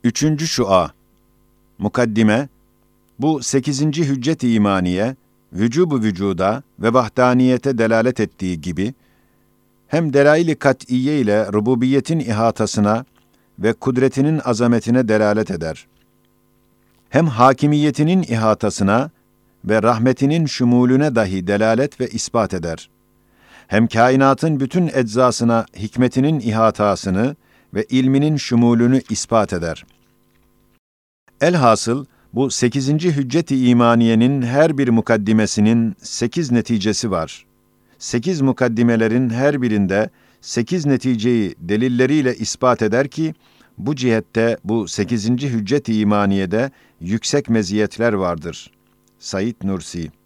Üçüncü şua, mukaddime, bu 8. hüccet-i imaniye, vücubu vücuda ve vahdaniyete delalet ettiği gibi, hem delail-i kat'iye ile rububiyetin ihatasına ve kudretinin azametine delalet eder. Hem hakimiyetinin ihatasına ve rahmetinin şumulüne dahi delalet ve ispat eder. Hem kainatın bütün eczasına hikmetinin ihatasını ve ilminin şumulünü ispat eder. Elhasıl, bu 8. hüccet-i imaniyenin her bir mukaddimesinin 8 neticesi var. 8 mukaddimelerin her birinde 8 neticeyi delilleriyle ispat eder ki, bu cihette bu 8. hüccet-i imaniyede yüksek meziyetler vardır. Said Nursi.